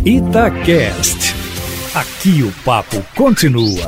Itacast. Aqui o papo continua.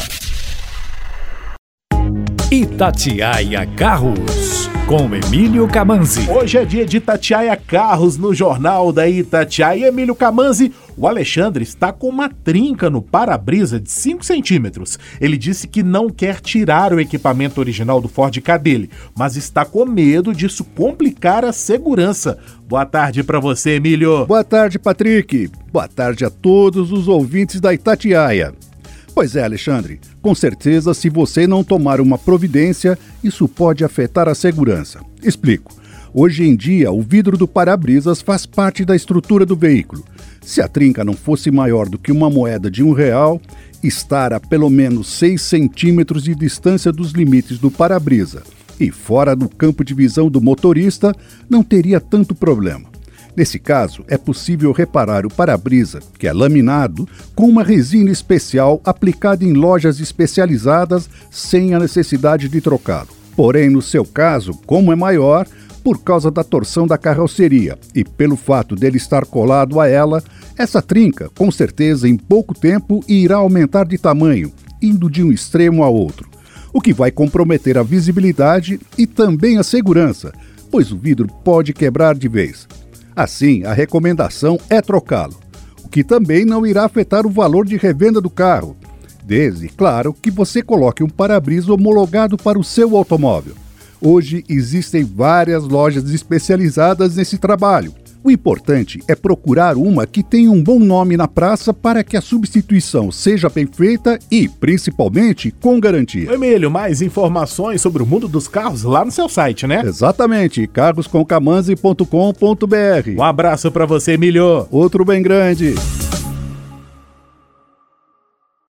Itatiaia Carros, com Emílio Camanzi. Hoje é dia de Itatiaia Carros no Jornal da Itatiaia. Emílio Camanzi, o Alexandre está com uma trinca no para-brisa de 5 centímetros. Ele disse que não quer tirar o equipamento original do Ford Ka dele, mas está com medo disso complicar a segurança. Boa tarde para você, Emílio. Boa tarde, Patrick. Boa tarde a todos os ouvintes da Itatiaia. Pois é, Alexandre, com certeza, se você não tomar uma providência, isso pode afetar a segurança. Explico. Hoje em dia, o vidro do para-brisas faz parte da estrutura do veículo. Se a trinca não fosse maior do que uma moeda de R$1, estar a pelo menos 6 centímetros de distância dos limites do para-brisa e fora do campo de visão do motorista, não teria tanto problema. Nesse caso, é possível reparar o para-brisa, que é laminado, com uma resina especial aplicada em lojas especializadas sem a necessidade de trocá-lo. Porém, no seu caso, como é maior, por causa da torção da carroceria e pelo fato dele estar colado a ela, essa trinca, com certeza, em pouco tempo irá aumentar de tamanho, indo de um extremo a outro, o que vai comprometer a visibilidade e também a segurança, pois o vidro pode quebrar de vez. Assim, a recomendação é trocá-lo, o que também não irá afetar o valor de revenda do carro, desde, claro, que você coloque um para-brisa homologado para o seu automóvel. Hoje existem várias lojas especializadas nesse trabalho. O importante é procurar uma que tenha um bom nome na praça para que a substituição seja bem feita e, principalmente, com garantia. Emílio, mais informações sobre o mundo dos carros lá no seu site, né? Exatamente, cargoscomcamanzi.com.br. Um abraço para você, Emílio. Outro bem grande.